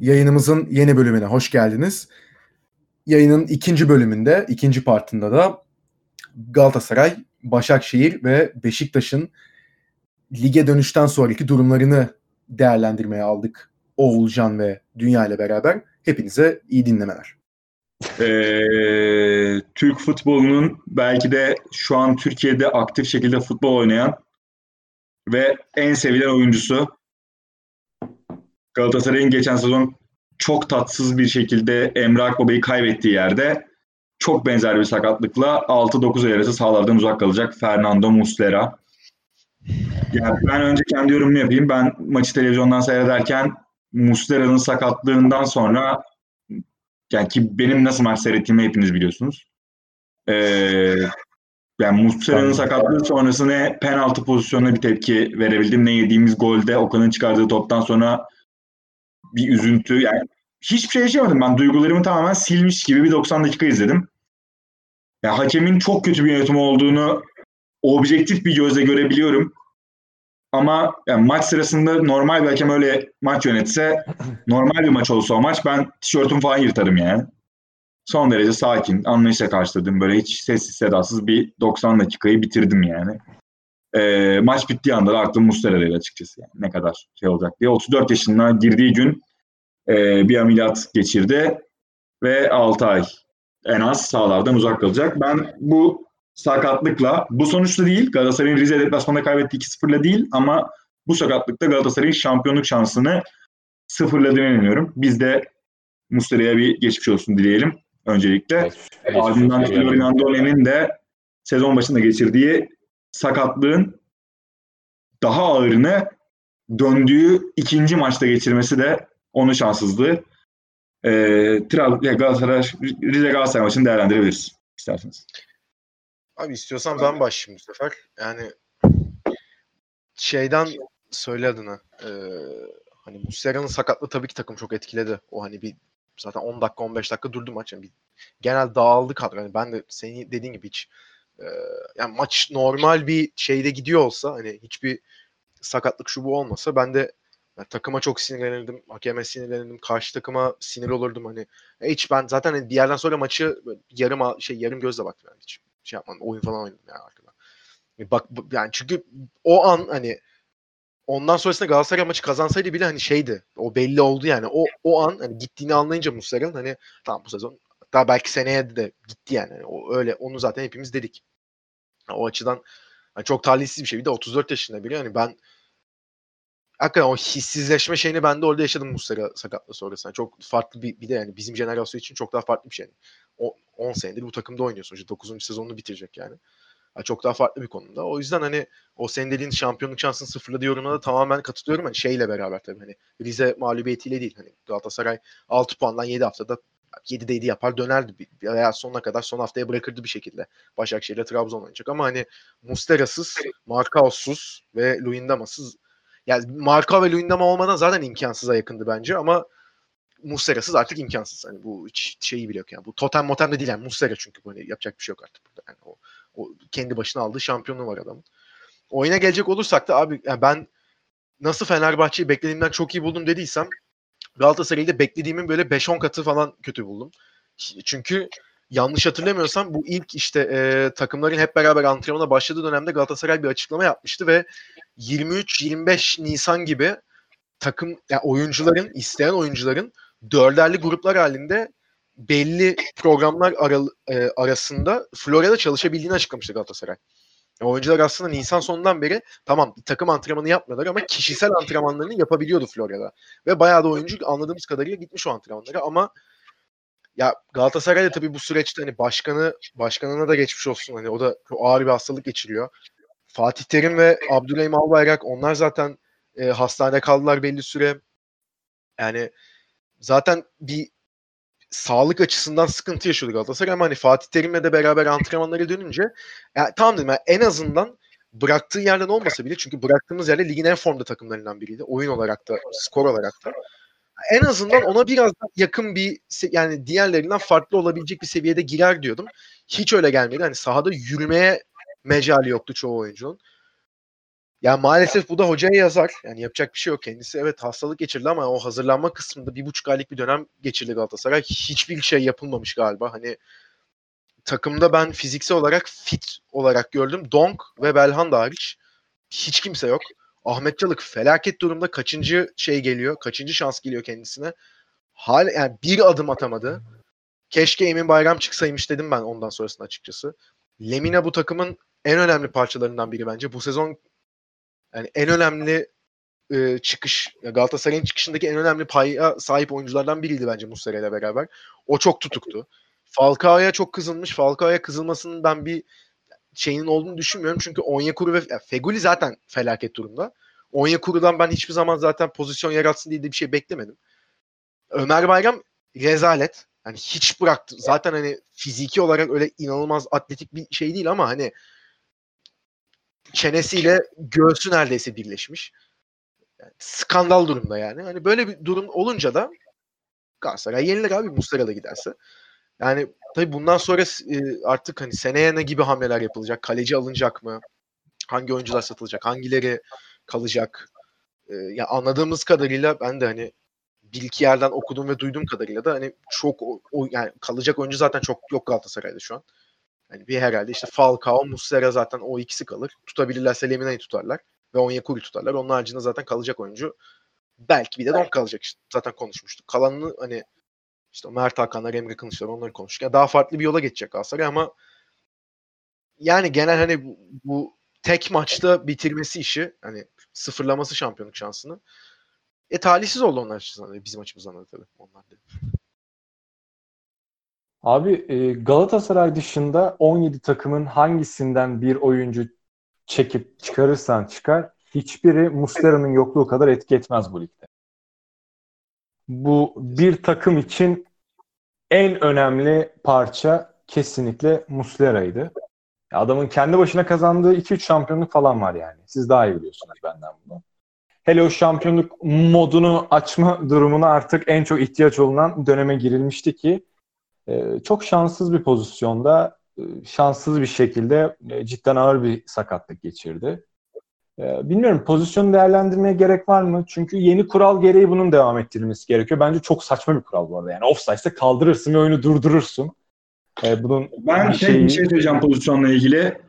Yayınımızın yeni bölümüne hoş geldiniz. Yayının ikinci bölümünde, ikinci partında da Galatasaray, Başakşehir ve Beşiktaş'ın lige dönüşten sonraki durumlarını değerlendirmeye aldık. Oğulcan ve Dünya ile beraber. Hepinize iyi dinlemeler. Türk futbolunun belki de şu an Türkiye'de aktif şekilde futbol oynayan ve en sevilen oyuncusu, Galatasaray'ın geçen sezon çok tatsız bir şekilde Emre Akbaba'yı kaybettiği yerde çok benzer bir sakatlıkla 6-9 ay arası sahalardan uzak kalacak Fernando Muslera. Yani ben önce kendi yorumumu yapayım. Ben maçı televizyondan seyrederken Muslera'nın sakatlığından sonra, yani ki benim nasıl maç seyrettiğimi hepiniz biliyorsunuz. Yani Muslera'nın sakatlığı sonrası ne penaltı pozisyonuna bir tepki verebildim, ne yediğimiz golde Okan'ın çıkardığı toptan sonra bir üzüntü. Yani hiçbir şey yaşamadım. Ben duygularımı tamamen silmiş gibi bir 90 dakika izledim. Yani hakemin çok kötü bir yönetimi olduğunu objektif bir gözle görebiliyorum. Ama yani maç sırasında normal bir hakem öyle maç yönetse, normal bir maç olsa o maç, ben tişörtümü falan yırtarım yani. Son derece sakin, anlayışla karşıladım. Böyle hiç sessiz sedasız bir 90 dakikayı bitirdim yani. Maç bittiği anda da aklım Muslera'daydı açıkçası. Yani ne kadar şey olacak diye. 34 yaşına girdiği gün bir ameliyat geçirdi ve 6 ay en az sahalardan uzak kalacak. Ben bu sakatlıkla, bu sonuçta değil, Galatasaray'ın Rize deplasmanında kaybettiği 2-0'la değil, ama bu sakatlıkta Galatasaray'ın şampiyonluk şansını sıfırladığına inanıyorum. Biz de Muslera'ya bir geçmiş olsun dileyelim öncelikle. Ardından Florian Andone'nin de sezon başında geçirdiği sakatlığın daha ağırını döndüğü ikinci maçta geçirmesi de onun şanssızlığı. Galatasaray, Rize Galatasaray maçını değerlendirebiliriz isterseniz. Abi istiyorsan ben başlayayım bu sefer. Yani şeyden söyle adına. Hani Muslera'nın sakatlığı tabii ki takım çok etkiledi. O hani bir zaten 10 dakika 15 dakika durdu maç. Yani bir genel dağıldı kadro. Yani ben de senin dediğin gibi hiç yani maç normal bir şeyde gidiyor olsa, hani hiçbir sakatlık şu bu olmasa, ben de yani takıma çok sinirlenirdim. Hakeme sinirlenirdim. Karşı takıma sinir olurdum hani. Hiç ben zaten hani bir yerden sonra maçı yarım gözle baktım yani, hiç şey yapmadım. Oyun falan oynadım yani arkada. Bak yani çünkü o an hani ondan sonrasında Galatasaray maçı kazansaydı bile hani şeydi. O belli oldu yani. O an hani gittiğini anlayınca Muslera'nın, hani tamam bu sezon, daha belki seneye de gitti yani. Yani o öyle, onu zaten hepimiz dedik. O açıdan hani çok talihsiz bir şey. Bir de 34 yaşında biri. Yani ben hakikaten o hissizleşme şeyini ben de orada yaşadım Muslera sakatlığı sonrasında. Yani çok farklı bir de yani bizim jenerasyon için çok daha farklı bir şey. Yani 10 senedir bu takımda oynuyorsun. İşte 9. sezonunu bitirecek yani. Yani çok daha farklı bir konumda. O yüzden hani o senin dediğin şampiyonluk şansını sıfırladığı yorumuna da tamamen katılıyorum. Hani şeyle beraber tabii, hani Rize mağlubiyetiyle değil. Hani Galatasaray 6 puandan 7 haftada 7'de 7 yapar dönerdi. Veya sonuna kadar, son haftaya bırakırdı bir şekilde. Başakşehir'le Trabzon oynayacak. Ama hani Muslera'sız, Markaos'suz ve Luyendama'sız, yani Marka ve Luyendama olmadan zaten imkansıza yakındı bence, ama Muslera'sız artık imkansız. Hani bu hiç şeyi bile yok yani. Bu totem motem de değil yani. Muslera çünkü bu, hani yapacak bir şey yok artık burada. Yani o kendi başına aldığı şampiyonluğu var adamın. Oyuna gelecek olursak da abi, yani ben nasıl Fenerbahçe'yi beklediğimden çok iyi buldum dediysem, Galatasaray'ı da beklediğimin böyle 5-10 katı falan kötü buldum. Çünkü yanlış hatırlamıyorsam bu ilk işte takımların hep beraber antrenmana başladığı dönemde Galatasaray bir açıklama yapmıştı ve 23-25 Nisan gibi takım, yani oyuncuların, isteyen oyuncuların dörderli gruplar halinde belli programlar arasında Florya'da çalışabildiğini açıklamıştı Galatasaray. Yani oyuncular aslında Nisan sonundan beri tamam takım antrenmanı yapmıyorlar ama kişisel antrenmanlarını yapabiliyordu Florya'da. Ve bayağı da oyuncu anladığımız kadarıyla gitmiş o antrenmanlara, ama ya Galatasaray da tabii bu süreçte hani başkanına da geçmiş olsun. Hani o da çok ağır bir hastalık geçiriyor. Fatih Terim ve Abdülhamim Albayrak, onlar zaten hastanede kaldılar belli süre. Yani zaten bir sağlık açısından sıkıntı yaşıyordu Galatasaray, ama hani Fatih Terim'le de beraber antrenmanlara dönünce yani tamam dedim, yani en azından bıraktığı yerden olmasa bile, çünkü bıraktığımız yerde ligin en formda takımlarından biriydi. Oyun olarak da, skor olarak da. En azından ona biraz daha yakın bir, yani diğerlerinden farklı olabilecek bir seviyede girer diyordum. Hiç öyle gelmedi. Hani sahada yürümeye mecali yoktu çoğu oyuncunun. Yani maalesef bu da hocaya yazar. Yani yapacak bir şey yok. Kendisi evet hastalık geçirdi ama o hazırlanma kısmında 1,5 aylık bir dönem geçirdi Galatasaray. Hiçbir şey yapılmamış galiba. Hani takımda ben fiziksel olarak fit olarak gördüm. Donk ve Belhanda hariç hiç kimse yok. Ahmet Çalık felaket durumda. Kaçıncı şey geliyor? Kaçıncı şans geliyor kendisine? Yani bir adım atamadı. Keşke Emin Bayram çıksaymış dedim ben ondan sonrasında açıkçası. Lemina bu takımın en önemli parçalarından biri bence. Bu sezon yani en önemli Galatasaray'ın çıkışındaki en önemli paya sahip oyunculardan biriydi bence Muslera ile beraber. O çok tutuktu. Falcao'ya çok kızılmış. Falcao'ya kızılmasının ben bir şeyinin olduğunu düşünmüyorum. Çünkü Onyekuru ve Feguli zaten felaket durumda. Onyekuru'dan ben hiçbir zaman zaten pozisyon yaratsın diye de bir şey beklemedim. Ömer Bayram rezalet. Hani hiç bıraktı. Zaten hani fiziki olarak öyle inanılmaz atletik bir şey değil ama hani çenesiyle göğsü neredeyse birleşmiş. Yani skandal durumda yani. Hani böyle bir durum olunca da Galatasaray yenilir abi Muslera da giderse. Yani tabii bundan sonra artık hani seneye ne gibi hamleler yapılacak? Kaleci alınacak mı? Hangi oyuncular satılacak? Hangileri kalacak? Ya anladığımız kadarıyla ben de hani bir iki yerden okudum ve duyduğum kadarıyla da hani çok yani kalacak oyuncu zaten çok yok Galatasaray'da şu an. Yani bir herhalde işte Falcao, Muslera zaten o ikisi kalır. Tutabilirlerse Lemina'yı tutarlar ve Onyekuru'yu tutarlar. Onun haricinde zaten kalacak oyuncu belki bir de Donk kalacak işte. Zaten konuşmuştuk. Kalanını hani işte Mert Hakanlar, Emre Kılıçlar onları konuştuk. Yani daha farklı bir yola geçecek Galatasaray ama yani genel hani bu tek maçta bitirmesi işi hani sıfırlaması şampiyonluk şansını talihsiz oldu onlar açısından. Bizim açımızdan da tabii. Onlar da. Abi Galatasaray dışında 17 takımın hangisinden bir oyuncu çekip çıkarırsan çıkar, hiçbiri Muslera'nın yokluğu kadar etki etmez bu ligde. Bu bir takım için en önemli parça kesinlikle Muslera'ydı. Adamın kendi başına kazandığı 2-3 şampiyonluk falan var yani. Siz daha iyi biliyorsunuz benden bunu. Hele o şampiyonluk modunu açma durumuna artık en çok ihtiyaç olunan döneme girilmişti ki çok şanssız bir pozisyonda, şanssız bir şekilde cidden ağır bir sakatlık geçirdi. Bilmiyorum, pozisyonu değerlendirmeye gerek var mı? Çünkü yeni kural gereği bunun devam ettirilmesi gerekiyor. Bence çok saçma bir kural bu arada. Yani offside'se kaldırırsın ve oyunu durdurursun. Bunun Ben tek bir şey söyleyeceğim pozisyonla ilgili.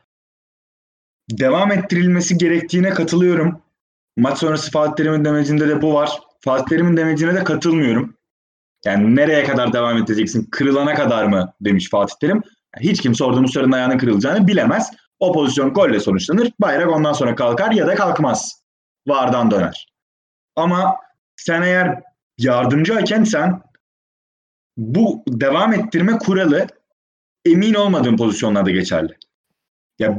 Devam ettirilmesi gerektiğine katılıyorum. Maç sonrası Fatih Terim'in demecinde de bu var. Fatih Terim'in demecine de katılmıyorum. Yani nereye kadar devam edeceksin? Kırılana kadar mı demiş Fatih Terim. Hiç kimse orada Muslera'nın ayağının kırılacağını bilemez. O pozisyon golle sonuçlanır. Bayrak ondan sonra kalkar ya da kalkmaz. VAR'dan döner. Ama sen eğer yardımcı hakemsen bu devam ettirme kuralı emin olmadığın pozisyonlarda geçerli. Ya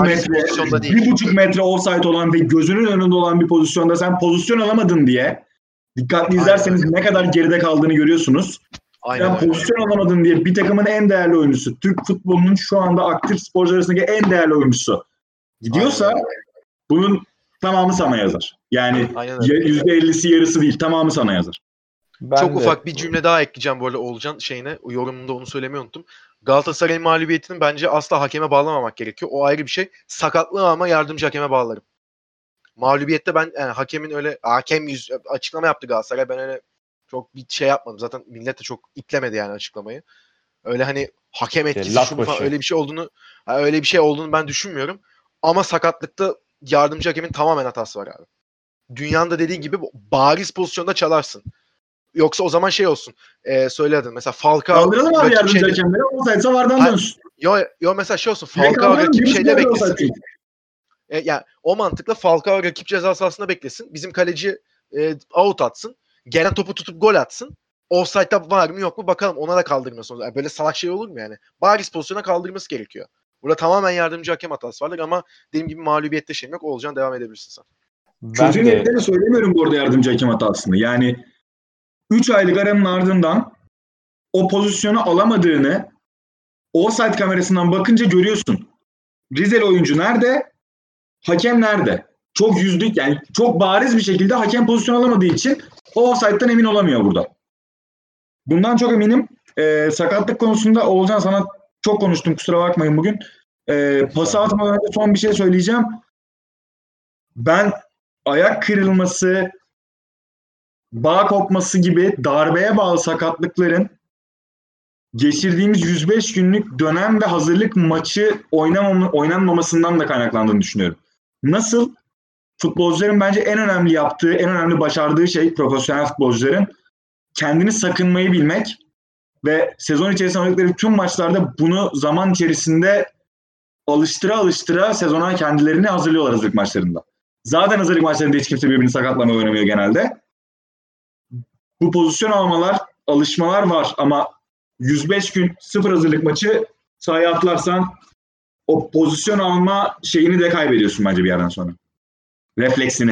1,5 metre offside olan ve gözünün önünde olan bir pozisyonda sen pozisyon alamadın diye dikkatli izlerseniz ne kadar geride kaldığını görüyorsunuz. Sen pozisyon alamadın diye bir takımın en değerli oyuncusu, Türk futbolunun şu anda aktif sporcular arasındaki en değerli oyuncusu gidiyorsa bunun tamamı sana yazar. Yani %50'si yarısı değil, tamamı sana yazar. Çok ufak bir cümle daha ekleyeceğim bu arada Oğulcan şeyine. Yorumumda onu söylemeyi unuttum. Galatasaray'ın mağlubiyetinin bence asla hakeme bağlamamak gerekiyor. O ayrı bir şey. Sakatlığı ama yardımcı hakeme bağlarım. Mağlubiyette ben yani hakemin öyle açıklama yaptı Galatasaray. Ben öyle çok bir şey yapmadım. Zaten millet de çok iplemedi yani açıklamayı. Öyle hani hakem etkisi şunu falan öyle bir şey olduğunu ben düşünmüyorum. Ama sakatlıkta yardımcı hakemin tamamen hatası var abi. Dünyanın da dediğin gibi bariz pozisyonda çalarsın. Yoksa o zaman şey olsun. Söyle adın. Mesela Falcao kaldıralım abi yardımcı hakemleri. Olsaydı vardan dönsün. Yo mesela şey olsun. Falcao rakip şeyle beklesin. Yani o mantıkla Falcao rakip ceza sahasında beklesin. Bizim kaleci out atsın. Gelen topu tutup gol atsın. Offside'da var mı yok mu bakalım. Ona da kaldırmasın. Yani böyle salak şey olur mu yani? Bariz pozisyona kaldırması gerekiyor. Burada tamamen yardımcı hakem hatası vardır ama dediğim gibi mağlubiyette şeyim yok. Olcan devam edebilirsin sen. Çözüm yetkilerini söylemiyorum bu arada yardımcı hakem hatasını. Yani 3 aylık aranın ardından o pozisyonu alamadığını offside kamerasından bakınca görüyorsun. Rizeli oyuncu nerede? Hakem nerede? Çok yüzlük yani çok bariz bir şekilde hakem pozisyon alamadığı için o offside'den emin olamıyor burada. Bundan çok eminim. Sakatlık konusunda Oğulcan sana çok konuştum kusura bakmayın bugün. Pası atmadan önce son bir şey söyleyeceğim. ben ayak kırılması, bağ kopması gibi darbeye bağlı sakatlıkların geçirdiğimiz 105 günlük dönem ve hazırlık maçı oynanmamasından da kaynaklandığını düşünüyorum. Nasıl? Futbolcuların bence en önemli yaptığı, en önemli başardığı şey, profesyonel futbolcuların kendini sakınmayı bilmek ve sezon içerisinde oynadıkları tüm maçlarda bunu zaman içerisinde alıştıra sezona kendilerini hazırlıyorlar hazırlık maçlarında. Zaten hazırlık maçlarında hiç kimse birbirini sakatlamaya oynamıyor genelde. Bu pozisyon almalar, alışmalar var ama 105 gün 0 hazırlık maçı sahaya atlarsan o pozisyon alma şeyini de kaybediyorsun bence bir yerden sonra. Refleksini.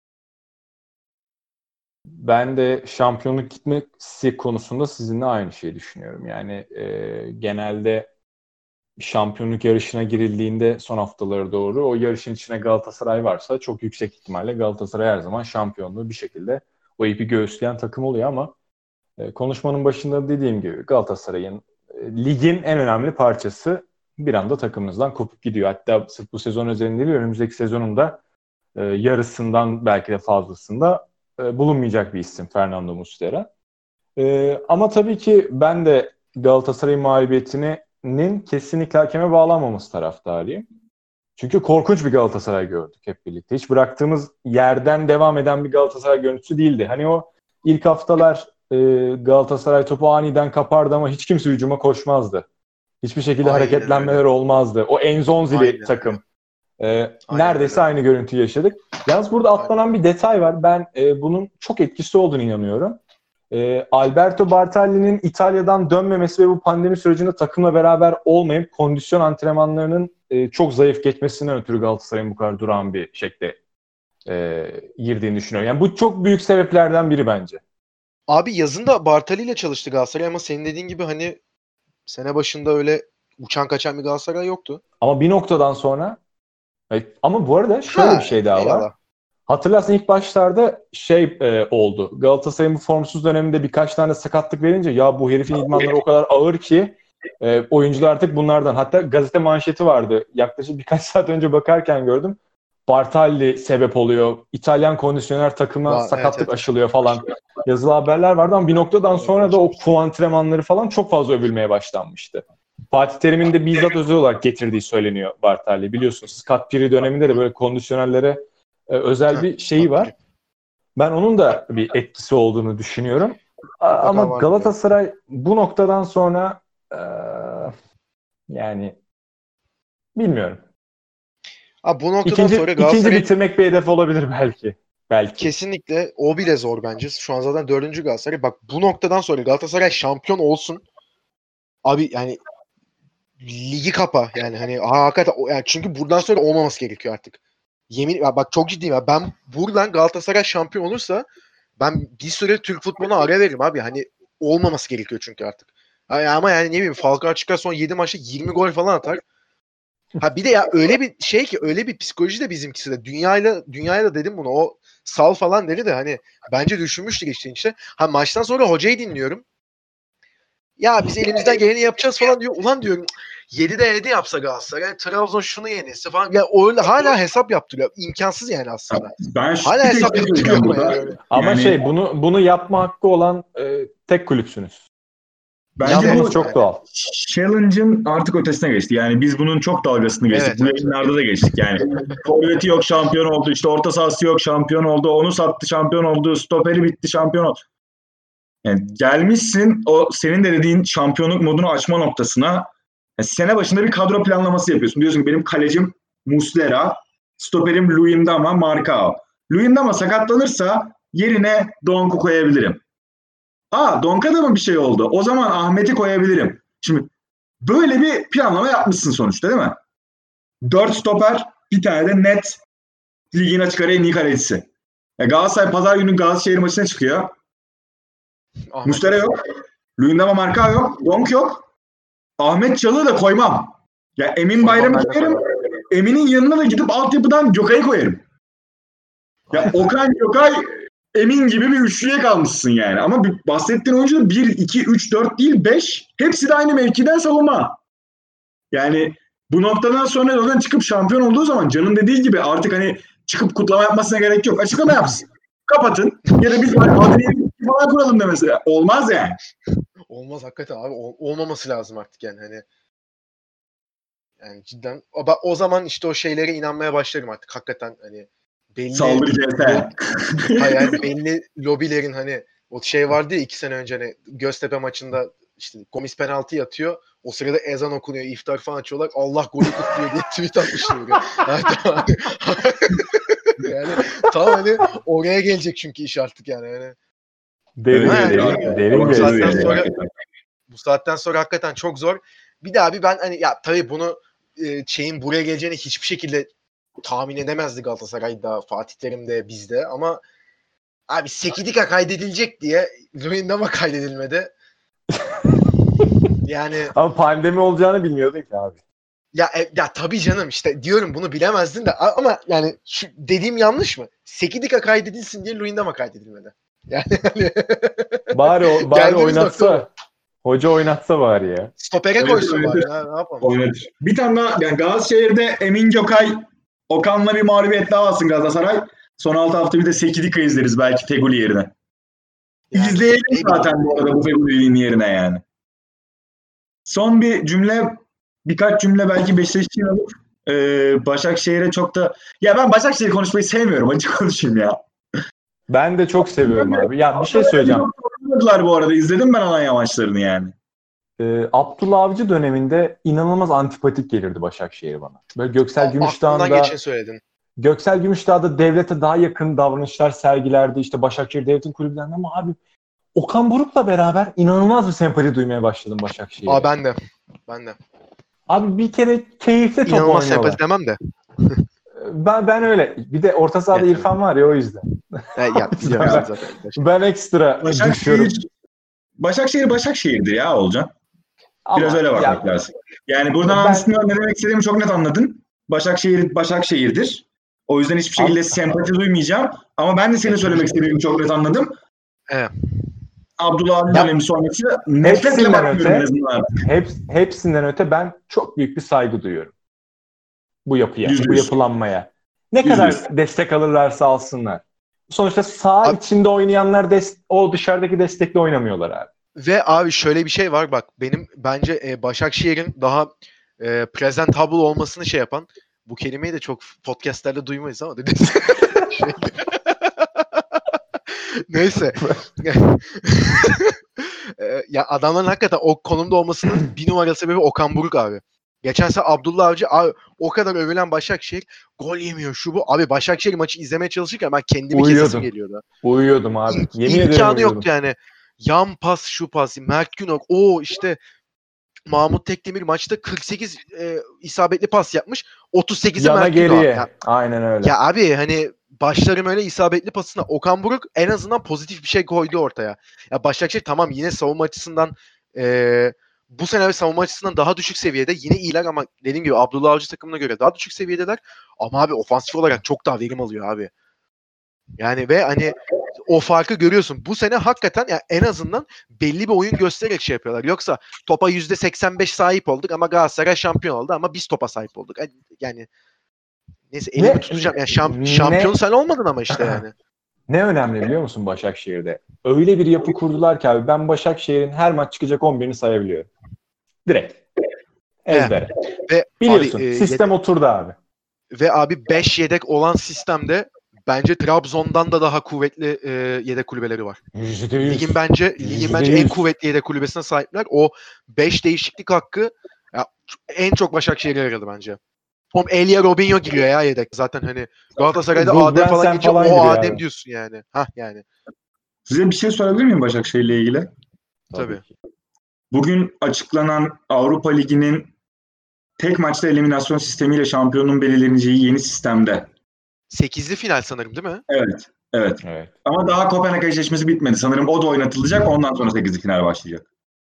Ben de şampiyonluk gitmesi konusunda sizinle aynı şeyi düşünüyorum. Yani genelde şampiyonluk yarışına girildiğinde son haftalara doğru o yarışın içine Galatasaray varsa çok yüksek ihtimalle Galatasaray her zaman şampiyonluğu bir şekilde o ipi göğüsleyen takım oluyor ama konuşmanın başında dediğim gibi Galatasaray'ın ligin en önemli parçası bir anda takımınızdan kopup gidiyor. Hatta sırf bu sezon özelinde değil, önümüzdeki sezonun da yarısından belki de fazlasında bulunmayacak bir isim Fernando Muslera. Ama tabii ki ben de Galatasaray'ın mağlubiyetinin kesinlikle hakeme bağlanmaması taraftarıyım. Çünkü korkunç bir Galatasaray gördük hep birlikte. Hiç bıraktığımız yerden devam eden bir Galatasaray görüntüsü değildi. Hani o ilk haftalar Galatasaray topu aniden kapardı ama hiç kimse hücuma koşmazdı. Hiçbir şekilde Aynen hareketlenmeler öyle. olmazdı. O Enzonzi'li Aynen takım. Aynen Neredeyse öyle. aynı görüntüyü yaşadık. Yalnız burada atlanan bir detay var. Ben bunun çok etkisi olduğunu inanıyorum. Alberto Bartalli'nin İtalya'dan dönmemesi ve bu pandemi sürecinde takımla beraber olmayıp kondisyon antrenmanlarının çok zayıf geçmesinden ötürü Galatasaray'ın bu kadar durağan bir şekilde girdiğini düşünüyorum. Yani bu çok büyük sebeplerden biri bence. Abi yazın da Bartali ile çalıştı Galatasaray ama senin dediğin gibi hani sene başında öyle uçan kaçan bir Galatasaray yoktu. Ama bir noktadan sonra ama bu arada şöyle bir şey daha var. Eyvallah. Hatırlarsın ilk başlarda oldu. Galatasaray'ın bu formsuz döneminde birkaç tane sakatlık verince ya bu herifin idmanları o kadar ağır ki oyuncular artık bunlardan. Hatta gazete manşeti vardı. Yaklaşık birkaç saat önce bakarken gördüm. Bartalli sebep oluyor. İtalyan kondisyoner takıma sakatlık evet. aşılıyor falan. Yazılı haberler vardı ama bir noktadan sonra da o kuv antrenmanları falan çok fazla övülmeye başlanmıştı. Fatih Terim'in de bizzat özel olarak getirdiği söyleniyor Bartalli. Biliyorsunuz Scott Piri döneminde de böyle kondisyonerlere özel bir şeyi var. Ben onun da bir etkisi olduğunu düşünüyorum. Ama Galatasaray bu noktadan sonra yani bilmiyorum. Abi bu noktadan sonra İkinci bitirmek bir hedef olabilir belki. Kesinlikle o bile zor bence. Şu an zaten 4. Galatasaray. Bak bu noktadan sonra Galatasaray şampiyon olsun. Abi yani ligi kapa yani hani hakikaten yani çünkü buradan sonra olmaması gerekiyor artık. Yemin bak çok ciddiyim ya. Ben buradan Galatasaray şampiyon olursa ben bir süre Türk futboluna ara veririm abi. Hani olmaması gerekiyor çünkü artık. Ama yani ne bileyim Falcao çıkar son 7 maçta 20 gol falan atar. Ha bir de ya öyle bir şey ki öyle bir psikoloji de bizimkisi de. Dünyayla da dedim bunu. O sal falan dedi de hani bence düşünmüştük işte. Ha maçtan sonra hocayı dinliyorum. Ya biz elimizden geleni yapacağız falan diyor. Ulan diyorum 7'de 7 yapsa Galatasaray, Trabzon şunu yenilse falan. Ya öyle hala hesap yaptırıyor. İmkansız yani aslında. Hala hesap yaptırıyor yani. Ama bunu yapma hakkı olan tek kulüpsünüz. Bence bu çok doğal. Challenge'ın artık ötesine geçti. Yani biz bunun çok dalgasını geçtik. Evet, bu yayınlarda da geçtik yani. Forveti yok şampiyon oldu. İşte orta sahası yok şampiyon oldu. Onu sattı şampiyon oldu. Stoperi bitti şampiyon oldu. Yani gelmişsin o senin de dediğin şampiyonluk modunu açma noktasına. Yani sene başında bir kadro planlaması yapıyorsun. Diyorsun ki benim kalecim Muslera, stoperim Luyendama, Marcao. Luyendama sakatlanırsa yerine Donk'u koyabilirim. Donk'a da mı bir şey oldu? O zaman Ahmet'i koyabilirim. Şimdi böyle bir planlama yapmışsın sonuçta değil mi? 4 stoper, bir tane de net ligin açık ara en iyi kalecisi. Galatasaray pazar günü Galatasaray'ın maçına çıkıyor. Muslera yok. Luyendama Marcao yok. Donk yok. Ahmet Çalık'ı da koymam. Ya Emin Bayram'ı koyarım. Emin'in yanına da gidip altyapıdan Gökay'ı koyarım. Ya Okan, Gökay, Emin gibi bir üçlüye kalmışsın yani. Ama bahsettiğin oyuncu da 1, 2, 3, 4 değil 5. Hepsi de aynı mevkiden savunma. Yani bu noktadan sonra zaten çıkıp şampiyon olduğu zaman Can'ın dediği gibi artık hani çıkıp kutlama yapmasına gerek yok. Açıklama yapsın. Kapatın. Ya da biz adını falan kuralım da mesela. Olmaz yani. Olmaz hakikaten abi. Olmaması lazım artık yani hani. Yani cidden o zaman işte o şeylere inanmaya başlarım artık. Hakikaten hani belli Saldırı CS. hayır yani belli lobilerin hani o şey vardı ya 2 sene önce hani Göztepe maçında işte Gomis penaltı atıyor. O sırada ezan okunuyor. İftar falan açıyorlar. Allah golü kutluyor diye tweet atmışlar. Yani tam hani oraya gelecek çünkü iş artık yani. Derin, Evet, derin bu saatten gösteriyor. sonra bu saatten sonra hakikaten çok zor. Bir de abi ben hani ya tabii bunu şeyin buraya geleceğini hiçbir şekilde tahmin edemezdi Galatasaray'da, Fatih Terim'de, bizde ama abi Sekidika kaydedilecek diye Luyendama kaydedilmedi. Yani Ama pandemi olacağını bilmiyordun ki abi. ya tabii canım işte diyorum bunu bilemezdin de ama yani şu dediğim yanlış mı? Sekidika kaydedilsin diye Luyendama kaydedilmedi. Yani hani Bari geldiğimiz nokta oynatsa. Hoca oynatsa bari ya. stopere koysun bari. Ne yapalım? Oynadır. Bir tane daha yani Galatasaray'da Emin Gökay Okan'la bir mağlubiyet daha alsın Galatasaray. Son 6 hafta bir de Sekidika izleriz belki Feguli yerine. Yani, İzleyelim zaten bu arada bu Feguli'nin yerine yani. Son bir cümle, birkaç cümle belki Beşiktaş için olur. Başakşehir'e çok da... Ya ben Başakşehir konuşmayı sevmiyorum. Açık konuşayım ya. Ben de çok seviyorum abi. Ya bir şey söyleyeceğim. Bu arada izledim ben Alanya maçlarını yani. Abdullah Avcı döneminde inanılmaz antipatik gelirdi Başakşehir bana. Böyle aklından geçen söyledin. Göksel Gümüşdağ'da devlete daha yakın davranışlar sergilerdi. İşte Başakşehir devletin kulüplerinden ama abi Okan Buruk'la beraber inanılmaz bir sempati duymaya başladım Başakşehir'e. Aa ben de. Abi bir kere keyifli top İnanılmaz oynuyorlar. sempati demem de. Ben öyle. Bir de orta sahada Evet, İrfan var ya o yüzden. Ya biliyorum zaten. Ben ekstra düşüyorum. Başakşehir'dir ya Olcan. Biraz Ama öyle bakmak lazım. Yani buradan aslında ne demek istediğimi çok net anladın. Başakşehir'dir. O yüzden hiçbir şekilde sempati duymayacağım. Ama ben de senin söylemek istediğimi çok net anladım. Evet. Abdullah abi dönemi sonrası nefretle bakmıyorum en azından. Hepsinden öte ben çok büyük bir saygı duyuyorum. Bu yapıya, %100. bu yapılanmaya. Ne kadar destek alırlarsa alsınlar. Sonuçta saha içinde oynayanlar o dışarıdaki destekle oynamıyorlar abi. Ve abi şöyle bir şey var bak benim bence Başakşehir'in daha presentable olmasını şey yapan bu kelimeyi de çok podcastlerde duymayız ama neyse ya adamların hakikaten o konumda olmasının bir numaralı sebebi Okan Buruk abi. Geçen sene Abdullah Avcı abi, o kadar övülen Başakşehir gol yemiyor şu bu. Abi Başakşehir maçı izlemeye çalışırken ben kendimi kesesim geliyordu. Uyuyordum abi. Yemin ederim İmkanı yoktu yani. Yan pas şu pas. Mert Günok o işte Mahmut Tekdemir maçta 48 isabetli pas yapmış. 38'i yana Mert geriye. Günok. Aynen öyle. Ya abi hani başlarım öyle isabetli pasına. Okan Buruk en azından pozitif bir şey koydu ortaya. Ya Başakşehir tamam yine savunma açısından bu sene savunma açısından daha düşük seviyede. Yine iyiler ama dediğim gibi Abdullah Avcı takımına göre daha düşük seviyedeler. Ama abi ofansif olarak çok daha verim alıyor abi. Yani ve hani o farkı görüyorsun. Bu sene hakikaten yani en azından belli bir oyun göstererek şey yapıyorlar. Yoksa topa %85 sahip olduk ama Galatasaray şampiyon oldu ama biz topa sahip olduk. Yani neyse elimi tutacağım. Yani şampiyon sen olmadın ama işte yani. Ne önemli biliyor musun Başakşehir'de? Öyle bir yapı kurdular ki abi ben Başakşehir'in her maç çıkacak 11'ini sayabiliyorum. Direkt. Ezbere. Ve biliyorsun abi, sistem oturdu abi. Ve abi 5 yedek olan sistemde bence Trabzon'dan da daha kuvvetli yedek kulübeleri var. %100. Ligin bence en kuvvetli yedek kulübesine sahipler. O 5 değişiklik hakkı ya, en çok Başakşehir'e yaradı bence. Oğlum Elia Robinho giriyor ya yedek. Zaten hani Galatasaray'da Adem falan geçiyor. O Adem abi diyorsun yani. Yani. Size bir şey sorabilir miyim Başakşehir'le ilgili? Tabii. Bugün açıklanan Avrupa Ligi'nin tek maçta eliminasyon sistemiyle şampiyonun belirleneceği yeni sistemde. 8'li final sanırım değil mi? Evet. Ama daha Kopenhag eşleşmesi bitmedi. Sanırım o da oynatılacak. Ondan sonra 8'li final başlayacak.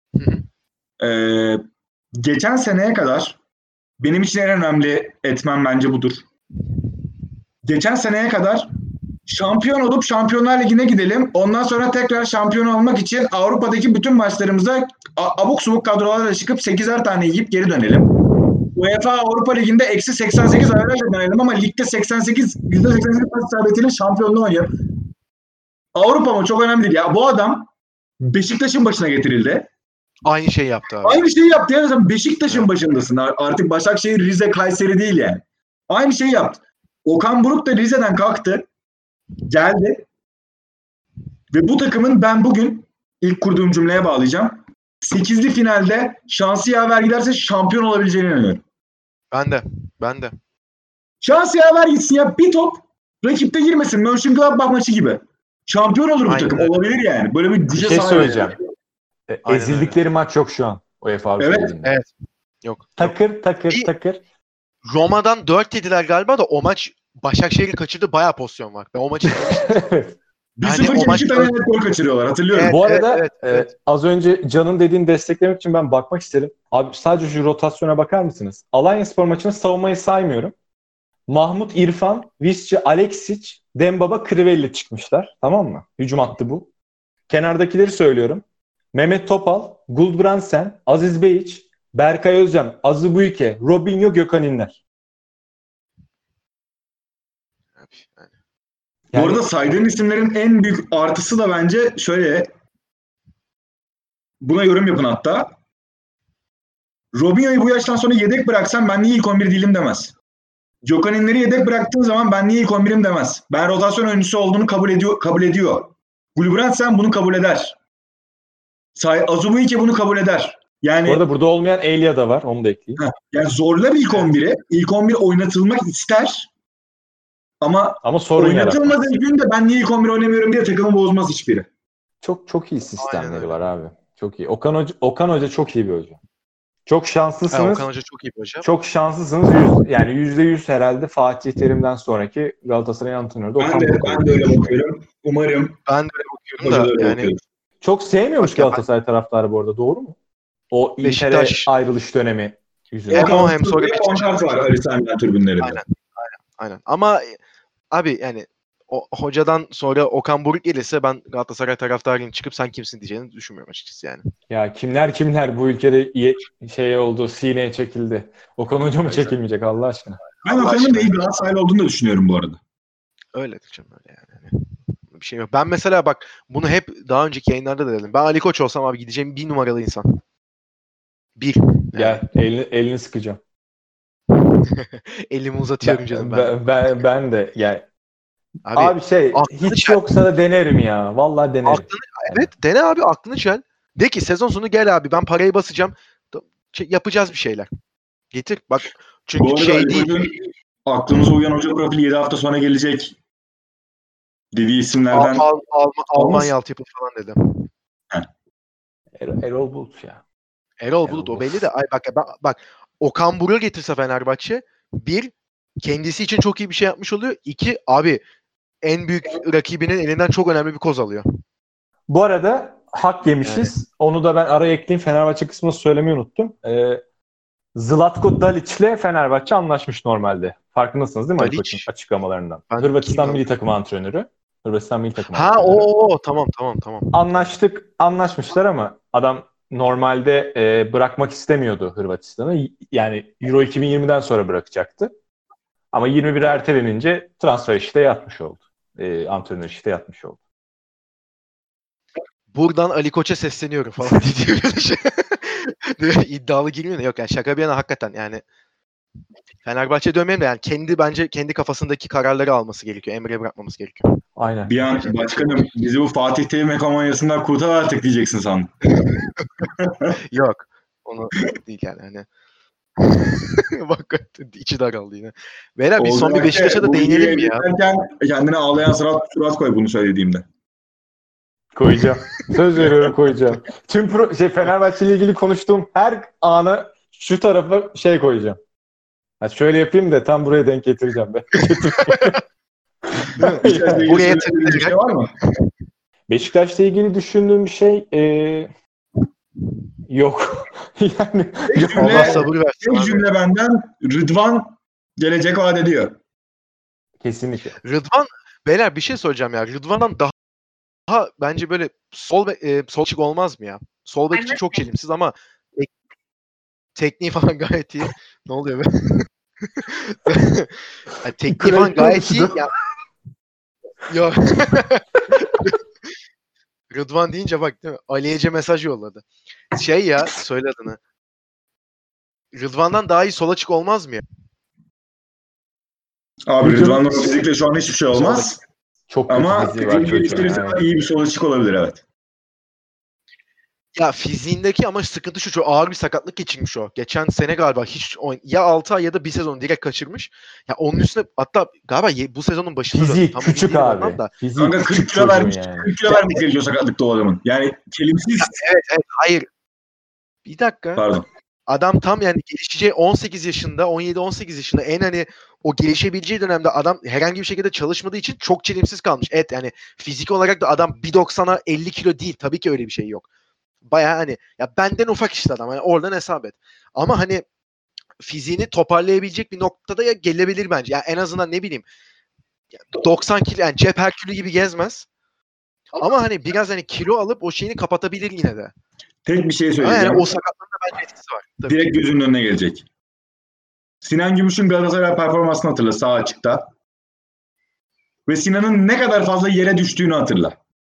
Geçen seneye kadar benim için en önemli etmen bence budur. Geçen seneye kadar şampiyon olup Şampiyonlar Ligi'ne gidelim. Ondan sonra tekrar şampiyon olmak için Avrupa'daki bütün maçlarımıza abuk subuk kadrolarla çıkıp 8'er tane yiyip geri dönelim. UEFA Avrupa Ligi'nde eksi 88 averajla denedim ama ligde %88 pas isabetiyle şampiyonluğu oynuyor. Avrupa mı? Çok önemli değil. Ya bu adam Beşiktaş'ın başına getirildi. Aynı şeyi yaptı abi. Aynı şeyi yaptı ya. Sen Beşiktaş'ın başındasın. Artık Başakşehir, Rize, Kayseri değil yani. Aynı şeyi yaptı. Okan Buruk da Rize'den kalktı. Geldi. Ve bu takımın ben bugün ilk kurduğum cümleye bağlayacağım. 8'li finalde şansı yaver giderse şampiyon olabileceğine inanıyorum. Ben de. Şansı yaver gitsin ya. Bir top rakipte girmesin. Mönchengladbach maçı gibi. Şampiyon olur bu Aynen takım. öyle. Olabilir yani. Böyle bir Bir güce şey sahip. söyleyeceğim. Aynen Ezildikleri maç yok şu an UEFA Avrupa Evet. Ligi'nde. Evet. Yok. Takır. Roma'dan 4 yediler galiba da o maç Başakşehir'in kaçırdığı bayağı pozisyon var. Ben o maçı izlemiştim. 1-0 Yani o maç- 2 tane net gol kaçırıyorlar. Hatırlıyorum. Evet. Bu arada evet. az önce Can'ın dediğini desteklemek için ben bakmak istedim. Abi sadece şu rotasyona bakar mısınız? Alanyaspor maçını savunmayı saymıyorum. Mahmut, İrfan, Visca, Aleksic, Dembaba, Crivelli çıkmışlar. Tamam mı? Hücum hattı bu. Kenardakileri söylüyorum. Mehmet Topal, Gulbrandsen, Aziz Beyiç, Berkay Özcan, Aziz Buyke, Robinho, Gökhan İnler. Bu arada saydığın isimlerin en büyük artısı da bence şöyle. Buna yorum yapın hatta. Robinho'yu bu yaştan sonra yedek bıraksam ben niye ilk 11 değilim demez. Gökhan İnler'i yedek bıraktığın zaman ben niye ilk 11'im demez. Ben rotasyon oyuncusu olduğunu kabul ediyor. Gulbrandsen bunu kabul eder. Azubuyke bunu kabul eder. Yani Bu arada burada olmayan Elia da var. Onu da ekleyeyim. yani zorlar ilk 11'i. İlk 11 oynatılmak ister. Ama sorun yaratmaz. oynatılmadığı gün de ben niye ilk 11 oynamıyorum diye takımı bozmaz hiçbiri. Çok iyi sistemleri Aynen var abi. Çok iyi. Okan Hoca çok iyi bir hoca. Çok şanslısınız. Okan Hoca çok iyi bir hocam. Çok şanslısınız. Yani %100 herhalde Fatih Terim'den sonraki Galatasaray antrenörü de Okan Buruk. Ben de öyle bakıyorum. Umarım. Ben de öyle bakıyorum Hoca da da öyle yani bakıyor. Çok sevmiyormuş Başka- Galatasaray taraftarı bu arada. Doğru mu? O İngiltere Beşiktaş- ayrılış dönemi yüzünden. Hem o hem sonra Bir pankart var Ali Sami Yen tribünlerinde. Aynen. Ama abi yani o hocadan sonra Okan Buruk gelirse ben Galatasaray taraftarının çıkıp sen kimsin diyeceğini düşünmüyorum açıkçası yani. Ya kimler bu ülkede oldu, sineye çekildi. Okan Hoca mı çekilmeyecek Allah aşkına? Ben Okan'ın da iyi Galatasaraylı olduğunu da düşünüyorum bu arada. Öyledir canım öyle yani. Hani bir şey yok. Ben mesela bak bunu hep daha önceki yayınlarda da dedim. Ben Ali Koç olsam abi gideceğim 1 numaralı insan. Gel elini sıkacağım. Elimi uzatıyorum canım ben. Ben de yani Abi hiç çel. yoksa da denerim ya. Vallahi denerim. Evet dene abi aklını çel. De ki sezon sonu gel abi ben parayı basacağım. Yapacağız bir şeyler. Getir. Bak çünkü Bu arada şey değil. bugün aklımıza uyan hoca profili 7 hafta sonra gelecek dediği isimlerden Almanya altyapı falan dedim. Erol Bulut ya. Erol Bulut o belli de bak Okan Buruk'u getirse Fenerbahçe bir kendisi için çok iyi bir şey yapmış oluyor. İki abi en büyük rakibinin elinden çok önemli bir koz alıyor. Bu arada hak yemişiz. Yani. Onu da ben araya ekleyeyim. Fenerbahçe kısmını söylemeyi unuttum. Zlatko Dalic'le Fenerbahçe anlaşmış normalde. Farkındasınız değil mi Ali Koç'un açıklamalarından? Hırvatistan milli takımı antrenörü. Hırvatistan milli takımı antrenörü. Tamam. Anlaşmışlar ama adam normalde bırakmak istemiyordu Hırvatistan'ı. Yani Euro 2020'den sonra bırakacaktı. Ama 21'e ertelenince transfer işte yatmış oldu. Antrenör işte yatmış oldu. Buradan Ali Koç'a sesleniyorum falan diye böyle şey. İddialı girmiyor da yok yani şaka bir yana hakikaten yani Fenerbahçe dönmeyelim de yani bence kendi kafasındaki kararları alması gerekiyor. Emre'ye bırakmamız gerekiyor. Aynen. Bir an başkanım bizi bu Fatih Terim hegemonyasından kurtar artık diyeceksin sandım. Yok. Onu değil yani hani. Bak içi daraldı yine. Beyler biz son bir Beşiktaş'a da değinelim mi ya? Kendine ağlayan surat koy bunu söylediğimde. Koyacağım. Söz veriyorum koyacağım. Tüm Fenerbahçe ile ilgili konuştuğum her anı şu tarafa koyacağım. Ha şöyle yapayım da tam buraya denk getireceğim ben. Buraya bir şey var mı? Beşiktaş'la ilgili düşündüğüm bir şey yok. Yani Allah sabır versin. Tek cümle benden Rıdvan gelecek vaat ediyor. Kesinlikle. Rıdvan beyler bir şey soracağım ya. Rıdvan'dan daha bence böyle sol bek olmaz mı ya? Sol bek için çok çelimsiz ama tekniği falan gayet iyi. Ne oluyor be? Yani tekniği falan gayet iyi. Ya. Yok. Rıdvan deyince bak değil mi? Ali Ece mesaj yolladı. Şey ya söyle adını. Rıdvan'dan daha iyi sol açık olmaz mı ya? Abi Rıdvan'la fizikle şu an hiçbir şey olmaz. Çok kötü ama fiziği var fiziği geliştirirse çocuğun. iyi bir sol açık olabilir evet. Ya fiziğindeki ama sıkıntı şu ağır bir sakatlık geçirmiş o. Geçen sene galiba ya 6 ay ya da bir sezon direkt kaçırmış. Ya onun üstüne hatta galiba bu sezonun başında Fizik tam küçük abi. da. Fizik Kanka 40 küçük kilo vermiş. yani. 40 kilo vermiş gerekiyor sakatlıkta o adamın. Yani kelimsiz. Evet hayır. Bir dakika. Pardon. Adam tam yani gelişeceği 18 yaşında, 17-18 yaşında en hani o gelişebileceği dönemde adam herhangi bir şekilde çalışmadığı için çok çelimsiz kalmış. Evet yani fizik olarak da adam 1.90'a 50 kilo değil. Tabii ki öyle bir şey yok. Bayağı hani ya benden ufak işte adam. Yani oradan hesap et. Ama hani fiziğini toparlayabilecek bir noktada ya gelebilir bence. Yani en azından ne bileyim 90 kilo yani cep herkülü gibi gezmez. Ama hani biraz hani kilo alıp o şeyini kapatabilir yine de. Tek bir şey Ama söyleyeceğim. yani o sakatlığında bence etkisi var. Tabii Direkt ki. gözünün önüne gelecek. Sinan Gümüş'ün Galatasaray performansını hatırla sağ açıkta. Ve Sinan'ın ne kadar fazla yere düştüğünü hatırla.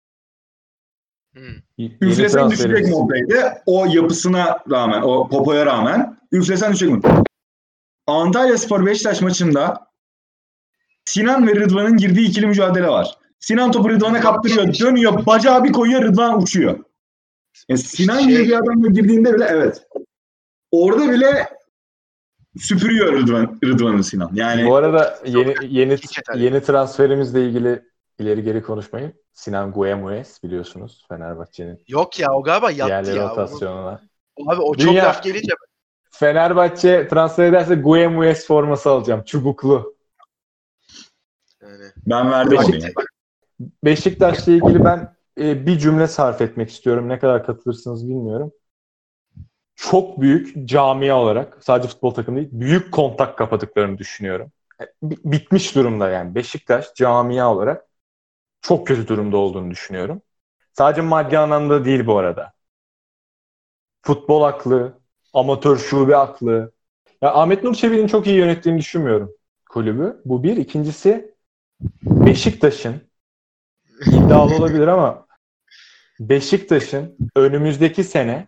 Üflesen düşecek moddaydı. O yapısına rağmen, o popoya rağmen üflesen düşecek modda. Antalyaspor Beşiktaş maçında Sinan ve Rıdvan'ın girdiği ikili mücadele var. Sinan topu Rıdvan'a kaptırıyor, dönüyor, bacağı bir koyuyor, Rıdvan uçuyor. Sinan gibi bir adamla girdiğinde bile evet. Orada bile süpürüyor Rıdvan'ı Sinan. Yani bu arada yeni transferimizle ilgili ileri geri konuşmayın. Sinan Guemues biliyorsunuz Fenerbahçe'nin. Yok ya o galiba yattı yerli ya. rotasyonuna. Abi o çok laf gelince Fenerbahçe transfer ederse Guemues forması alacağım. Çubuklu. yani. Ben verdim. Beşiktaş'la ilgili ben bir cümle sarf etmek istiyorum. Ne kadar katılırsınız bilmiyorum. Çok büyük camia olarak sadece futbol takımı değil büyük kontak kapadıklarını düşünüyorum. Bitmiş durumda yani. Beşiktaş camia olarak çok kötü durumda olduğunu düşünüyorum. Sadece maddi anlamda değil bu arada. Futbol aklı, amatör şube aklı. Ya Ahmet Nur Çebi'nin çok iyi yönettiğini düşünmüyorum kulübü. Bu bir. İkincisi Beşiktaş'ın iddialı olabilir ama Beşiktaş'ın önümüzdeki sene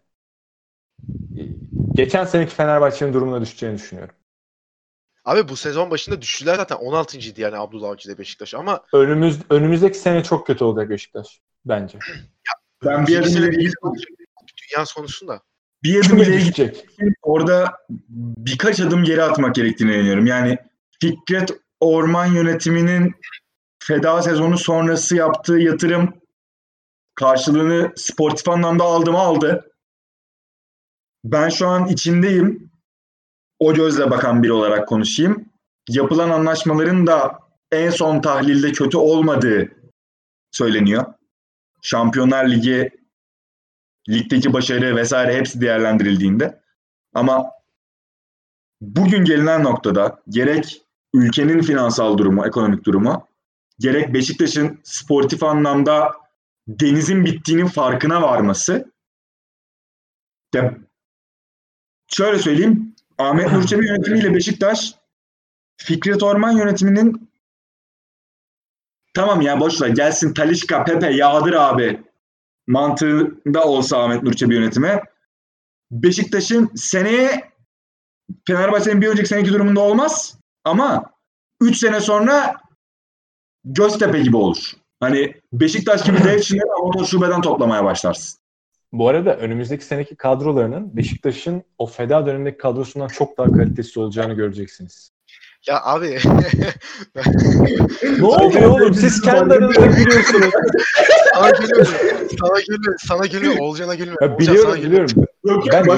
geçen seneki Fenerbahçe'nin durumuna düşeceğini düşünüyorum. Abi bu sezon başında düştüler zaten 16.'ydı yani Abdullah Avcı ile Beşiktaş ama önümüzdeki sene çok kötü olacak Beşiktaş bence. Ben bir adım ileri dünya konusunda. Bir adım ileri gidecek. Orada birkaç adım geri atmak gerektiğine inanıyorum. Yani Fikret Orman Yönetimi'nin feda sezonu sonrası yaptığı yatırım karşılığını sportif anlamda aldı. Ben şu an içindeyim. O gözle bakan biri olarak konuşayım. Yapılan anlaşmaların da en son tahlilde kötü olmadığı söyleniyor. Şampiyonlar Ligi, ligdeki başarı vesaire hepsi değerlendirildiğinde. Ama bugün gelinen noktada gerek ülkenin finansal durumu, ekonomik durumu, gerek Beşiktaş'ın sportif anlamda denizin bittiğinin farkına varması. Ya şöyle söyleyeyim, Ahmet Nur Çebi yönetimiyle Beşiktaş, Fikret Orman yönetiminin tamam ya boşver gelsin Talisca, Pepe yağdır abi mantığında olsa Ahmet Nur Çebi yönetimi, Beşiktaş'ın seneye Fenerbahçe'nin bir önceki seneki durumunda olmaz ama 3 sene sonra Göztepe gibi olur. Hani Beşiktaş gibi dev çiğleri amatör şubeden toplamaya başlarsın. Bu arada önümüzdeki seneki kadrolarının Beşiktaş'ın o feda dönemindeki kadrosundan çok daha kalitesiz olacağını göreceksiniz. Ya abi. Ne oluyor oğlum? Siz kendi aranızda gülüyorsunuz. Sana gülmüyor. Olcan'a gülmüyor. Ya biliyorum. Ben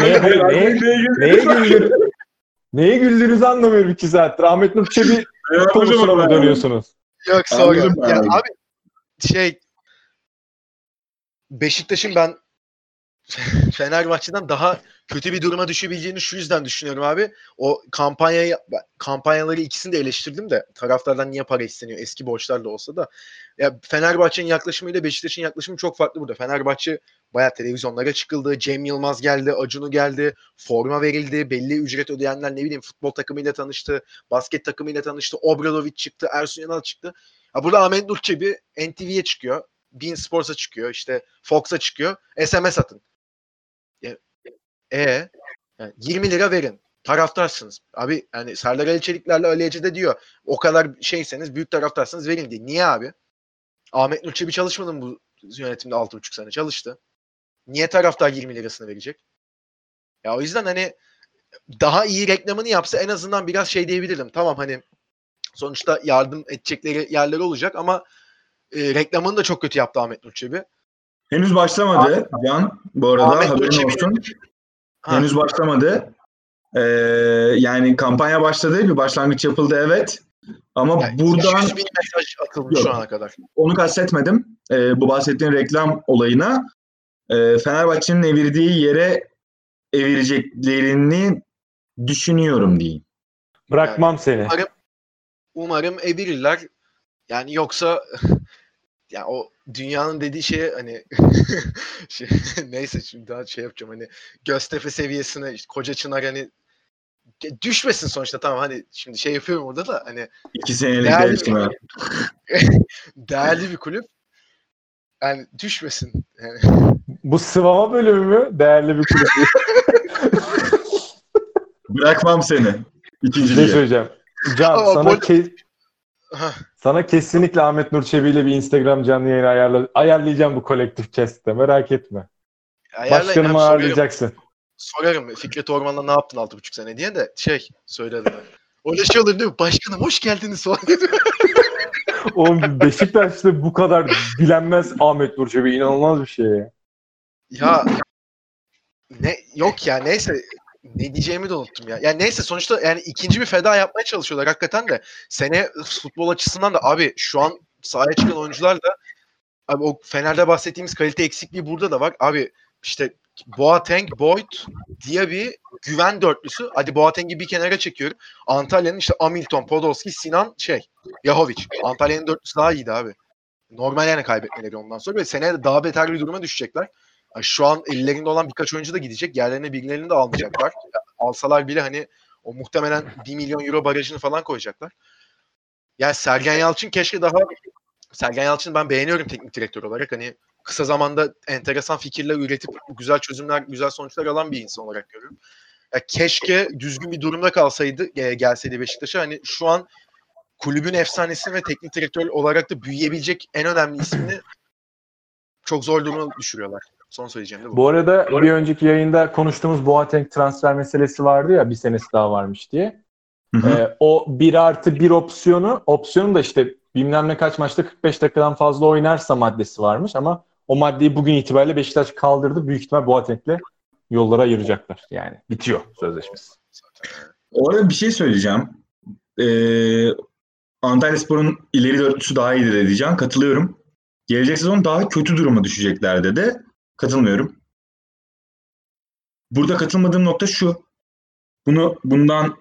neye güldüğünüzü anlamıyorum 2 saattir. Ahmet Nur Çebi konusuna mı dönüyorsunuz? Yok sonra. Ya abi Beşiktaş'ın ben Fenerbahçe'den daha kötü bir duruma düşebileceğini şu yüzden düşünüyorum abi. O kampanyaları ikisini de eleştirdim de taraftardan niye para isteniyor eski borçlar da olsa da. Ya Fenerbahçe'nin yaklaşımıyla Beşiktaş'ın yaklaşımı çok farklı burada. Fenerbahçe bayağı televizyonlara çıkıldı. Cem Yılmaz geldi, Acun'u geldi, forma verildi, belli ücret ödeyenler ne bileyim futbol takımıyla tanıştı, basket takımıyla tanıştı, Obradovic çıktı, Ersun Yanal çıktı. Ya burada Ahmet Nur Çebi NTV'ye çıkıyor, beIN Sports'a çıkıyor, işte Fox'a çıkıyor, SMS atın. Yani 20 lira verin. Taraftarsınız. Abi yani Serdar Ali Çelikler'le Ali Ece de diyor. O kadar şeyseniz büyük taraftarsınız verin diye. Niye abi? Ahmet Nur Çebi çalışmadı mı bu yönetimde 6,5 sene? Çalıştı. Niye taraftar 20 lirasını verecek? Ya o yüzden hani daha iyi reklamını yapsa en azından biraz şey diyebilirim. Tamam hani sonuçta yardım edecekleri yerler olacak ama reklamını da çok kötü yaptı Ahmet Nur Çebi. Henüz başlamadı Can. Bu arada Ahmet haberin Nur olsun. Ha. Henüz başlamadı. Yani kampanya başladı. Bir başlangıç yapıldı evet. Ama Yani buradan 200 bin mesaj atılmış Yok. şu ana kadar. onu kastetmedim. Bu bahsettiğin reklam olayına Fenerbahçe'nin evirdiği yere evireceklerini düşünüyorum diyeyim. Bırakmam Yani seni. Umarım evirirler. Yani yoksa yani o dünyanın dediği şeye hani neyse şimdi daha şey yapacağım hani Göztepe seviyesine işte Koca Çınar hani düşmesin sonuçta tamam hani şimdi şey yapıyorum orada da hani 2 senelik değerli devşime. değerli bir kulüp yani düşmesin. Yani. Bu sıvama bölümü mü? Değerli bir kulüp. Bırakmam seni. Bir şey İkinciliğe. söyleyeceğim. Can Ama sana kesinlikle Ahmet Nur Çebi ile bir Instagram canlı yayını ayarlayacağım bu kolektif chest'te. Merak etme. Başkanımı ağırlayacaksın. Sorarım Fikret Orman'la ne yaptın 6,5 sene diye de söyledim. Öyle şey olur değil mi? Başkanım hoş geldiniz falan dedi. Oğlum Beşiktaş'ta bu kadar bilenmez Ahmet Nur Çebi. İnanılmaz bir şey ya. Ya yok ya neyse ne diyeceğimi de unuttum ya. Yani neyse sonuçta yani ikinci bir feda yapmaya çalışıyorlar hakikaten de. Sene futbol açısından da abi şu an sahaya çıkan oyuncular da abi o Fener'de bahsettiğimiz kalite eksikliği burada da var. Abi işte Boateng, Boyd diye bir güven dörtlüsü. Hadi Boateng'i bir kenara çekiyorum. Antalya'nın işte Hamilton, Podolski, Sinan Yahovic. Antalya'nın dörtlüsü daha iyiydi abi. Normal yani kaybetmeleri ondan sonra ve seneye daha beter bir duruma düşecekler. Yani şu an ellerinde olan birkaç oyuncu da gidecek. Yerlerine birilerini de almayacaklar. Alsalar bile hani o muhtemelen 1 milyon euro barajını falan koyacaklar. Yani Sergen Yalçın ben beğeniyorum teknik direktör olarak. Hani kısa zamanda enteresan fikirler üretip güzel çözümler, güzel sonuçlar alan bir insan olarak görüyorum. Ya keşke düzgün bir durumda kalsaydı, gelseydi Beşiktaş'a. Hani şu an kulübün efsanesi ve teknik direktör olarak da büyüyebilecek en önemli ismini çok zor duruma düşürüyorlar. Son söyleyeceğim de bu. Bu arada bir önceki yayında konuştuğumuz Boateng transfer meselesi vardı ya bir senesi daha varmış diye. O 1+1 opsiyonu da işte bilmem ne kaç maçta 45 dakikadan fazla oynarsa maddesi varmış ama o maddeyi bugün itibariyle Beşiktaş kaldırdı. Büyük ihtimal Boateng'le yollara ayıracaklar. Yani bitiyor sözleşmesi. Orada bir şey söyleyeceğim. Antalyaspor'un ileri dörtlüsü daha iyidir diyeceğim. Katılıyorum. Gelecek sezon daha kötü duruma düşecekler dedi. Katılmıyorum. Burada katılmadığım nokta şu. Bundan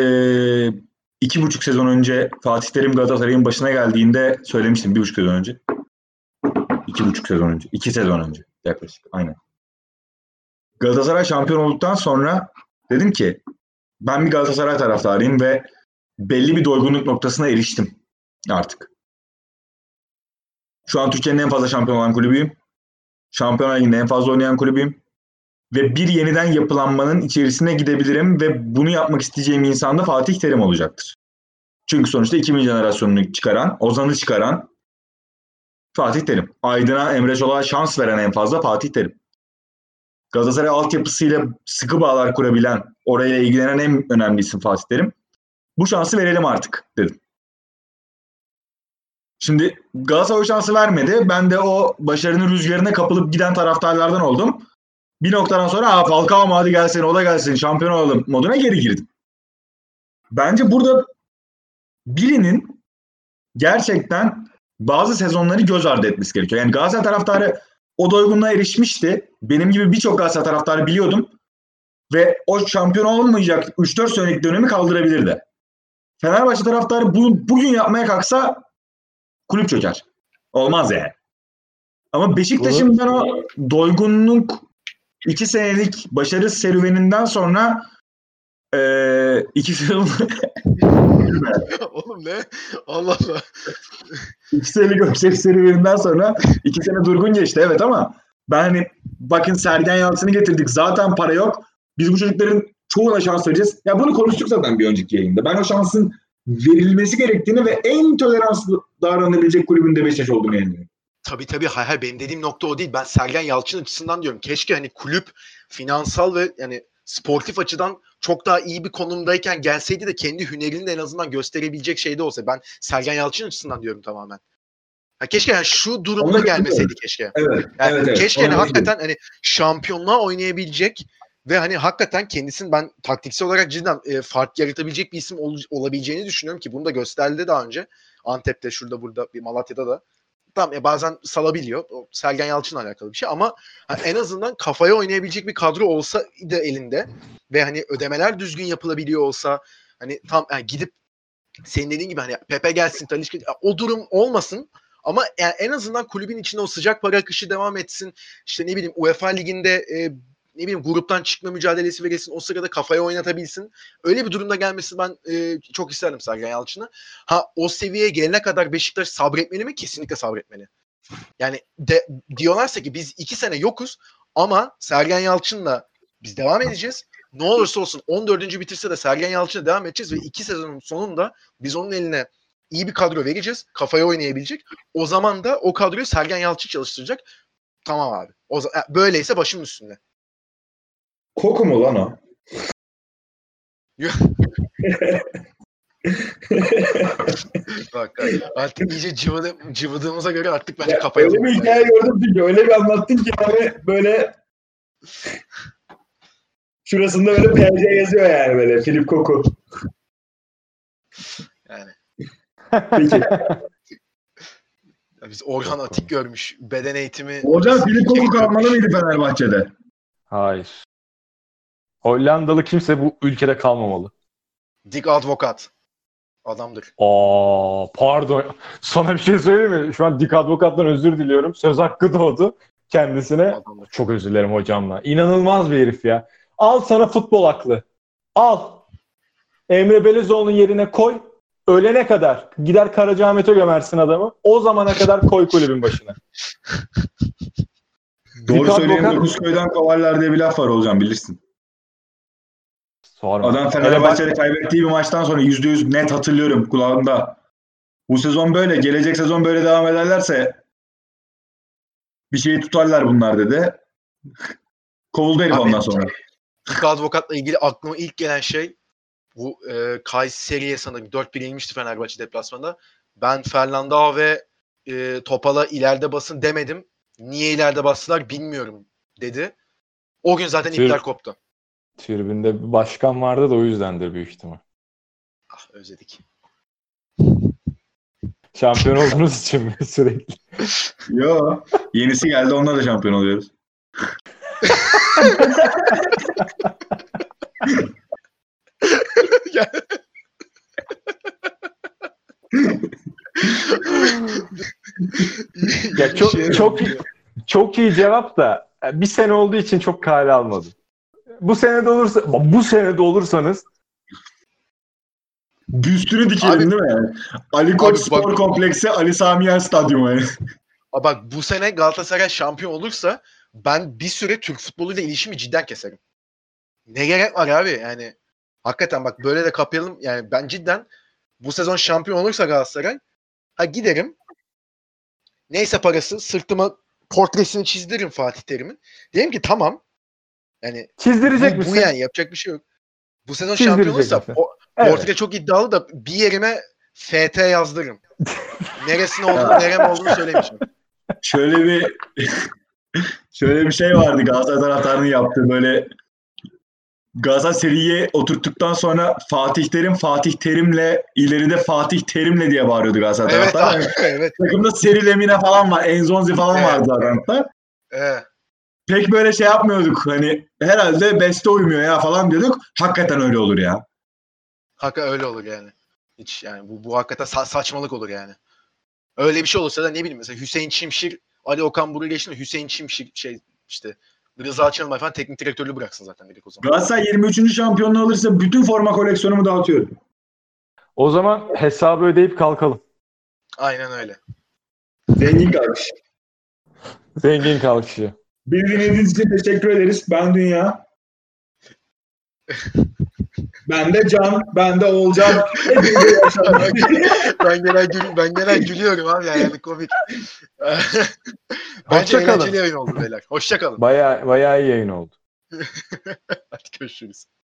2,5 sezon önce Fatih Terim Galatasaray'ın başına geldiğinde söylemiştim. 1,5 sezon önce. 2,5 sezon önce. 2 sezon önce yaklaşık. Aynen. Galatasaray şampiyon olduktan sonra dedim ki ben bir Galatasaray taraftarıyım ve belli bir doygunluk noktasına eriştim artık. Şu an Türkiye'nin en fazla şampiyon olan kulübüyüm. Şampiyonlar Ligi'nde en fazla oynayan kulübüyüm. Ve bir yeniden yapılanmanın içerisine gidebilirim ve bunu yapmak isteyeceğim insan da Fatih Terim olacaktır. Çünkü sonuçta 2000 jenerasyonunu çıkaran, Ozan'ı çıkaran Fatih Terim. Aydın'a, Emre Çolak'a şans veren en fazla Fatih Terim. Galatasaray altyapısıyla sıkı bağlar kurabilen, orayla ilgilenen en önemli isim Fatih Terim. Bu şansı verelim artık dedim. Şimdi Galatasaray o şansı vermedi. Ben de o başarının rüzgarına kapılıp giden taraftarlardan oldum. Bir noktadan sonra Falcao mu hadi gelsin, o da gelsin, şampiyon olalım moduna geri girdim. Bence burada birinin gerçekten bazı sezonları göz ardı etmesi gerekiyor. Yani Galatasaray taraftarı o doygunluğa erişmişti. Benim gibi birçok Galatasaray taraftarı biliyordum. Ve o şampiyon olmayacak 3-4 senelik dönemi kaldırabilirdi. Fenerbahçe taraftarı bugün yapmaya kalksa kulüp çöker. Olmaz yani. Ama Beşiktaş'ın ben o doygunluk 2 senelik başarı serüveninden sonra 2 sene Oğlum ne? Allah Allah. 2 senelik başarı serüveninden sonra 2 sene durgun geçti evet ama ben hani bakın Sergen Yalçın'ı getirdik. Zaten para yok. Biz bu çocukların çoğuna şans vereceğiz. Ya bunu konuştuk zaten bir önceki yayında. Ben o şansın verilmesi gerektiğini ve en toleranslı davranabilecek kulübünde Beşiktaş olduğunu inanıyorum. Tabii hayır benim dediğim nokta o değil. Ben Sergen Yalçın açısından diyorum. Keşke hani kulüp finansal ve yani sportif açıdan çok daha iyi bir konumdayken gelseydi de kendi hünerini de en azından gösterebilecek şeyde olsa. Ben Sergen Yalçın açısından diyorum tamamen. Ha, keşke yani şu durumda gelmeseydi keşke. Evet. Yani evet. keşke hani hakikaten hani şampiyonluğa oynayabilecek ve hani hakikaten kendisinin ben taktiksel olarak cidden fark yaratabilecek bir isim olabileceğini düşünüyorum ki bunu da gösterdi daha önce. Antep'te, şurada, burada, bir Malatya'da da. Tamam bazen salabiliyor. O Sergen Yalçın'la alakalı bir şey ama hani en azından kafaya oynayabilecek bir kadro olsa da elinde ve hani ödemeler düzgün yapılabiliyor olsa hani tam yani gidip senin dediğin gibi hani Pepe gelsin, Talisca o durum olmasın ama yani en azından kulübün içinde o sıcak para akışı devam etsin. İşte ne bileyim UEFA Ligi'nde ne bileyim gruptan çıkma mücadelesi verilsin. O sırada kafaya oynatabilsin. Öyle bir durumda gelmesi ben çok isterdim Sergen Yalçın'ı. Ha o seviyeye gelene kadar Beşiktaş sabretmeli mi? Kesinlikle sabretmeli. Yani diyorlarsa ki biz 2 sene yokuz ama Sergen Yalçın'la biz devam edeceğiz. Ne olursa olsun 14. bitirse de Sergen Yalçın'la devam edeceğiz ve 2 sezonun sonunda biz onun eline iyi bir kadro vereceğiz. Kafaya oynayabilecek. O zaman da o kadroyu Sergen Yalçın çalıştıracak. Tamam abi. Böyleyse başımın üstünde. Koku mu lan o? Bak artık iyice cıvıdığımıza göre artık bence kafaya öyle bir hikaye gördüm çünkü öyle bir anlattın ki abi böyle şurasında böyle PC yazıyor yani böyle Filip Koku. Yani. Peki. Biz Orhan Atik görmüş. Beden eğitimi. Hocam Filip Koku kalmalı mıydı Fenerbahçe'de? Hayır. Hollandalı kimse bu ülkede kalmamalı. Dick Advokat. Adamdır. Pardon. Sana bir şey söyleyeyim mi? Şu an Dick Advokat'tan özür diliyorum. Söz hakkı doğdu kendisine. Adamdır. Çok özür dilerim hocamla. İnanılmaz bir herif ya. Al sana futbol aklı. Al. Emre Belezoğlu'nun yerine koy. Ölene kadar. Gider Karacaahmet'e gömersin adamı. O zamana kadar koy kulübün başına. Doğru söyleyeyim 9 köyden kovarlar diye bir laf var hocam bilirsin. Sorma. Adam Fenerbahçe'de kaybettiği bir maçtan sonra %100 net hatırlıyorum kulağımda. Bu sezon böyle, gelecek sezon böyle devam ederlerse bir şeyi tutarlar bunlar dedi. Kovuldu herif ondan sonra. Dick Advokat'la ilgili aklıma ilk gelen şey bu Kayseri'ye sanırım 4-1 yenilmişti Fenerbahçe deplasmanında. Ben Fernando ve Topal'a ileride basın demedim. Niye ileride bastılar bilmiyorum dedi. O gün zaten ipler koptu. Tribünde bir başkan vardı da o yüzdendir büyük ihtimal. Ah özledik. Şampiyon olduğunuz için mi sürekli? Yo. Yenisi geldi onunla da şampiyon oluyoruz. Ya çok iyi cevap da bir sene olduğu için çok kale almadım. Bu sene de olursanız büstünü dikelim abi, değil mi yani? Ali Koç Spor Kompleksi Ali Sami Yen Stadyumu yani. Bak bu sene Galatasaray şampiyon olursa ben bir süre Türk futboluyla ilişkimi cidden keserim. Ne gerek var abi yani hakikaten bak böyle de kapayalım yani ben cidden bu sezon şampiyon olursa Galatasaray giderim neyse parası sırtıma portresini çizdiririm Fatih Terim'in. Derim ki tamam yani çizdirecek misin? Bu yani yapacak bir şey yok. Bu sezon şampiyon olursa portre çok iddialı da bir yerime FT yazdırırım. Neresine olduğunu nerem olduğunu söylemeyeceğim. Şöyle bir şey vardı Galatasaray taraftarının yaptığı böyle Galatasaray seriye oturttuktan sonra Fatih Terim'le ileride Fatih Terim'le diye bağırıyordu Galatasaray taraftarı. Evet. Takımda Seri Lemina falan var. Enzonzi falan vardı zaten hatta. Pek böyle şey yapmıyorduk. Hani herhalde beste uymuyor ya falan diyorduk. Hakikaten öyle olur ya. Hakikaten öyle olur yani. Hiç yani bu hakikaten saçmalık olur yani. Öyle bir şey olursa da ne bileyim mesela Hüseyin Çimşir, Ali Okan Buruk'u geçti mi Hüseyin Çimşir işte Rıza Çalınbay falan teknik direktörlüğü bıraksın zaten direkt o zaman. Galatasaray 23. şampiyonluğu alırsa bütün forma koleksiyonumu dağıtıyorum. O zaman hesabı ödeyip kalkalım. Aynen öyle. Zengin kalmış. Zengin kalkışı. Beni dinlediğiniz için teşekkür ederiz. Ben Dünya. Ben de Can. Ben de Oğulcan. ben genel gülüyorum abi yani komik. Bence Hoşça kalın. eğlenceli yayın oldu beyler. Hoşça kalın. Bayağı iyi yayın oldu. Hadi görüşürüz.